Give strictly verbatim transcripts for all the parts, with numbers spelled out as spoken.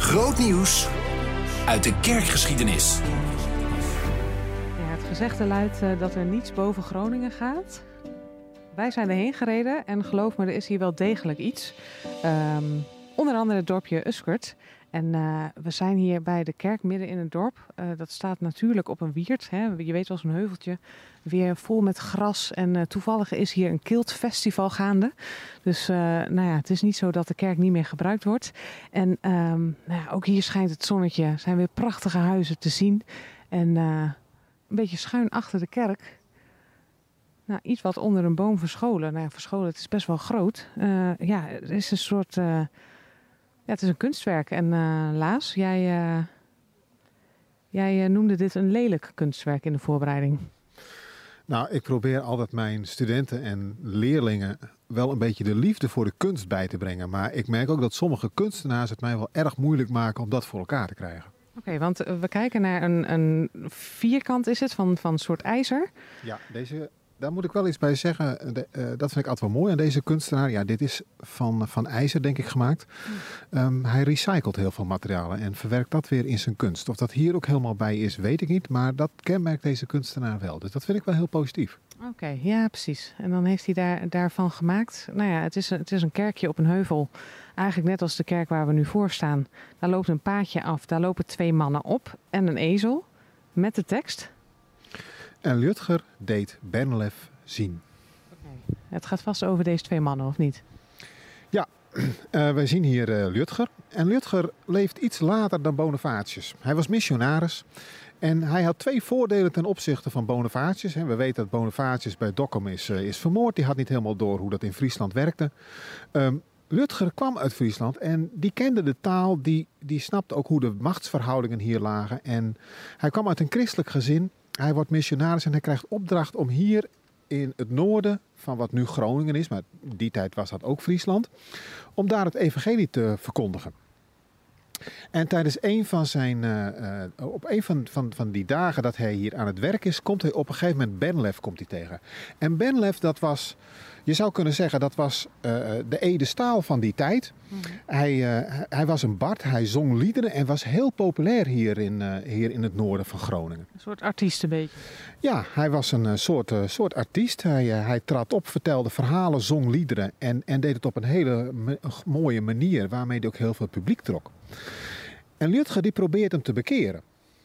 Groot nieuws uit de kerkgeschiedenis. Ja, het gezegde luidt uh, dat er niets boven Groningen gaat. Wij zijn erheen gereden en geloof me, er is hier wel degelijk iets. Um, onder andere het dorpje Uskert. En uh, we zijn hier bij de kerk midden in het dorp. Uh, dat staat natuurlijk op een wierd. Hè. Je weet wel, zo'n heuveltje. Weer vol met gras. En uh, toevallig is hier een kiltfestival gaande. Dus uh, nou ja, het is niet zo dat de kerk niet meer gebruikt wordt. En um, nou ja, ook hier schijnt het zonnetje. Er zijn weer prachtige huizen te zien. En uh, een beetje schuin achter de kerk. Nou, iets wat onder een boom verscholen. Nou ja, verscholen, het is best wel groot. Uh, ja, er is een soort... Uh, Ja, het is een kunstwerk. En uh, Laas, jij, uh, jij uh, noemde dit een lelijk kunstwerk in de voorbereiding. Nou, ik probeer altijd mijn studenten en leerlingen wel een beetje de liefde voor de kunst bij te brengen. Maar ik merk ook dat sommige kunstenaars het mij wel erg moeilijk maken om dat voor elkaar te krijgen. Oké, okay, want uh, we kijken naar een, een vierkant is het, van, van een soort ijzer. Ja, deze... Daar moet ik wel iets bij zeggen. De, uh, dat vind ik altijd wel mooi aan deze kunstenaar. Ja, dit is van, van ijzer, denk ik, gemaakt. Um, hij recycelt heel veel materialen en verwerkt dat weer in zijn kunst. Of dat hier ook helemaal bij is, weet ik niet. Maar dat kenmerkt deze kunstenaar wel. Dus dat vind ik wel heel positief. Oké, okay, ja, precies. En dan heeft hij daar, daarvan gemaakt. Nou ja, het is, het is een kerkje op een heuvel. Eigenlijk net als de kerk waar we nu voor staan. Daar loopt een paadje af. Daar lopen twee mannen op en een ezel met de tekst. En Lutger deed Bernlef zien. Okay. Het gaat vast over deze twee mannen, of niet? Ja, uh, wij zien hier uh, Lutger. En Lutger leeft iets later dan Bonifatius. Hij was missionaris. En hij had twee voordelen ten opzichte van Bonifatius. We weten dat Bonifatius bij Dokkum is, uh, is vermoord. Die had niet helemaal door hoe dat in Friesland werkte. Um, Lutger kwam uit Friesland en die kende de taal. Die, die snapte ook hoe de machtsverhoudingen hier lagen. En hij kwam uit een christelijk gezin. Hij wordt missionaris en hij krijgt opdracht om hier in het noorden van wat nu Groningen is, maar in die tijd was dat ook Friesland, om daar het evangelie te verkondigen. En tijdens een van zijn, uh, uh, op een van, van, van die dagen dat hij hier aan het werk is, komt hij op een gegeven moment Bernlef komt hij tegen. En Bernlef, dat was, je zou kunnen zeggen, dat was uh, de Ede Staal van die tijd. Mm-hmm. Hij, uh, hij was een bard, hij zong liederen en was heel populair hier in, uh, hier in het noorden van Groningen. Een soort artiest een beetje. Ja, hij was een uh, soort, uh, soort artiest. Hij, uh, hij trad op, vertelde verhalen, zong liederen en, en deed het op een hele me- mooie manier waarmee hij ook heel veel publiek trok. En Lutger die probeert hem te bekeren.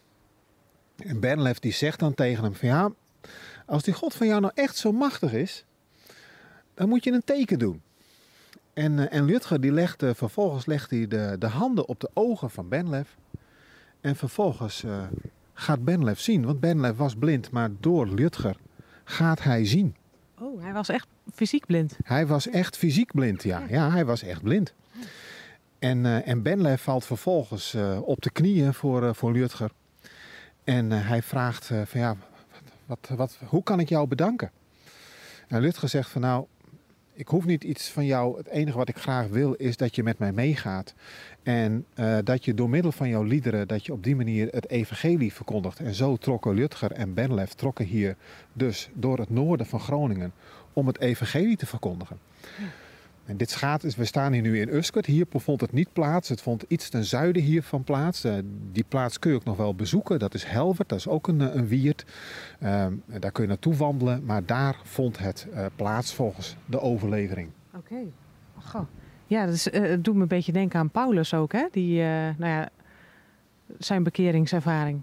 En Bernlef die zegt dan tegen hem van ja, als die God van jou nou echt zo machtig is, dan moet je een teken doen. En, uh, en Lutger die legt, uh, vervolgens legt hij de, de handen op de ogen van Bernlef. En vervolgens uh, gaat Bernlef zien, want Bernlef was blind, maar door Lutger gaat hij zien. Oh, hij was echt fysiek blind? Hij was echt fysiek blind, ja. Ja, hij was echt blind. En, uh, en Bernlef valt vervolgens uh, op de knieën voor, uh, voor Lutger. En uh, hij vraagt uh, van ja, wat, wat, hoe kan ik jou bedanken? En Lutger zegt van nou, ik hoef niet iets van jou. Het enige wat ik graag wil is dat je met mij meegaat. En uh, dat je door middel van jouw liederen, dat je op die manier het evangelie verkondigt. En zo trokken Lutger en Bernlef trokken hier dus door het noorden van Groningen om het evangelie te verkondigen. Ja. En dit gaat, we staan hier nu in Uskert. Hier vond het niet plaats. Het vond iets ten zuiden hiervan plaats. Uh, die plaats kun je ook nog wel bezoeken. Dat is Helvert, dat is ook een, een wierd. Uh, daar kun je naartoe wandelen. Maar daar vond het uh, plaats volgens de overlevering. Oké. Okay. Oh, ja, dat is, uh, het doet me een beetje denken aan Paulus ook, hè? Die, uh, nou ja, zijn bekeringservaring.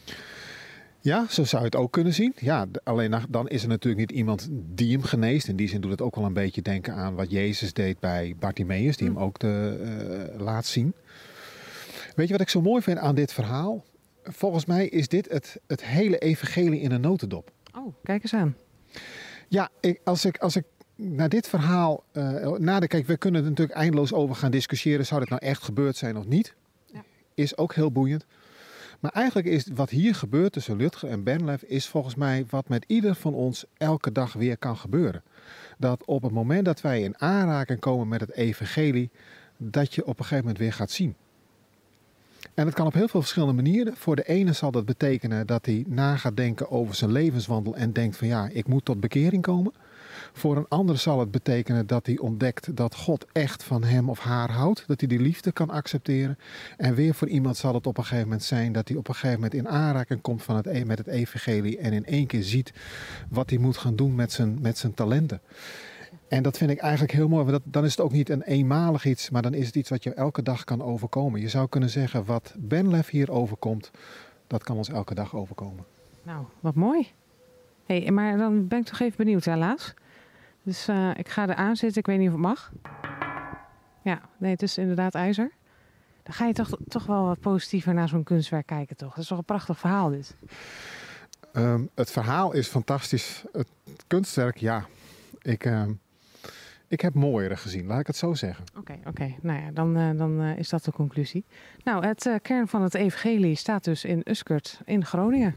Ja, zo zou je het ook kunnen zien. Ja, alleen dan is er natuurlijk niet iemand die hem geneest. In die zin doet het ook wel een beetje denken aan wat Jezus deed bij Bartimaeus, die hem ook te, uh, laat zien. Weet je wat ik zo mooi vind aan dit verhaal? Volgens mij is dit het, het hele evangelie in een notendop. Oh, kijk eens aan. Ja, ik, als, ik, als ik naar dit verhaal uh, nadenk, kijk, we kunnen er natuurlijk eindeloos over gaan discussiëren. Zou dit nou echt gebeurd zijn of niet? Ja. Is ook heel boeiend. Maar eigenlijk is wat hier gebeurt tussen Lutger en Bernlef is volgens mij wat met ieder van ons elke dag weer kan gebeuren. Dat op het moment dat wij in aanraking komen met het evangelie, dat je op een gegeven moment weer gaat zien. En dat kan op heel veel verschillende manieren. Voor de ene zal dat betekenen dat hij na gaat denken over zijn levenswandel en denkt van ja, ik moet tot bekering komen. Voor een ander zal het betekenen dat hij ontdekt dat God echt van hem of haar houdt. Dat hij die liefde kan accepteren. En weer voor iemand zal het op een gegeven moment zijn dat hij op een gegeven moment in aanraking komt van het, met het evangelie. En in één keer ziet wat hij moet gaan doen met zijn, met zijn talenten. En dat vind ik eigenlijk heel mooi. Want dat, dan is het ook niet een eenmalig iets, maar dan is het iets wat je elke dag kan overkomen. Je zou kunnen zeggen wat Benlef hier overkomt, dat kan ons elke dag overkomen. Nou, wat mooi. Hey, maar dan ben ik toch even benieuwd, helaas. Dus uh, ik ga er aan zitten. Ik weet niet of het mag. Ja, nee, het is inderdaad ijzer. Dan ga je toch, toch wel wat positiever naar zo'n kunstwerk kijken, toch? Dat is toch een prachtig verhaal, dit? Um, het verhaal is fantastisch. Het kunstwerk, ja. Ik, uh, ik heb mooiere gezien, laat ik het zo zeggen. Oké, okay, oké. Okay. Nou ja, dan, uh, dan uh, is dat de conclusie. Nou, het uh, kern van het evangelie staat dus in Uskert in Groningen.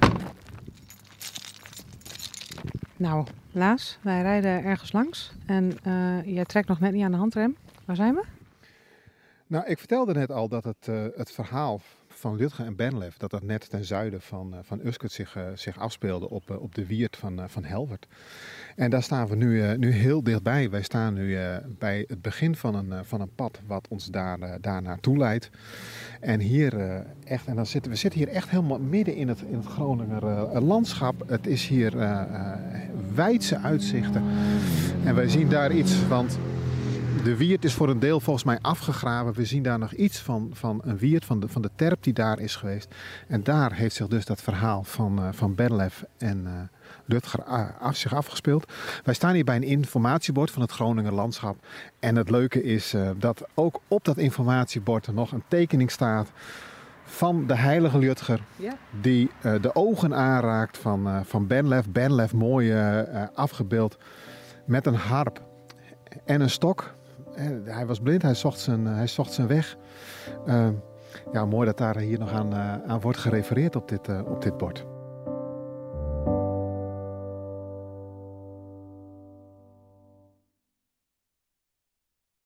Nou, Laas, wij rijden ergens langs en uh, jij trekt nog net niet aan de handrem. Waar zijn we? Nou, ik vertelde net al dat het, uh, het verhaal van Lutger en Benlef, dat dat net ten zuiden van, uh, van Uskert zich, uh, zich afspeelde op, uh, op de wierd van, uh, van Helwerd. En daar staan we nu, uh, nu heel dichtbij. Wij staan nu uh, bij het begin van een, uh, van een pad wat ons daar, uh, daar naartoe leidt. En hier uh, echt, en dan zitten we zitten hier echt helemaal midden in het, in het Groninger uh, landschap. Het is hier uh, uh, wijdse uitzichten. En wij zien daar iets, want de wierd is voor een deel volgens mij afgegraven. We zien daar nog iets van, van een wierd, van de, van de terp die daar is geweest. En daar heeft zich dus dat verhaal van, uh, van Benlef en uh, Lutger af, zich afgespeeld. Wij staan hier bij een informatiebord van het Groninger landschap. En het leuke is uh, dat ook op dat informatiebord er nog een tekening staat van de heilige Lutger. Ja. Die uh, de ogen aanraakt van, uh, van Benlef. Benlef mooi uh, uh, afgebeeld met een harp en een stok. Hij was blind, hij zocht zijn, hij zocht zijn weg. Uh, ja, mooi dat daar hier nog aan, uh, aan wordt gerefereerd op dit, uh, op dit bord.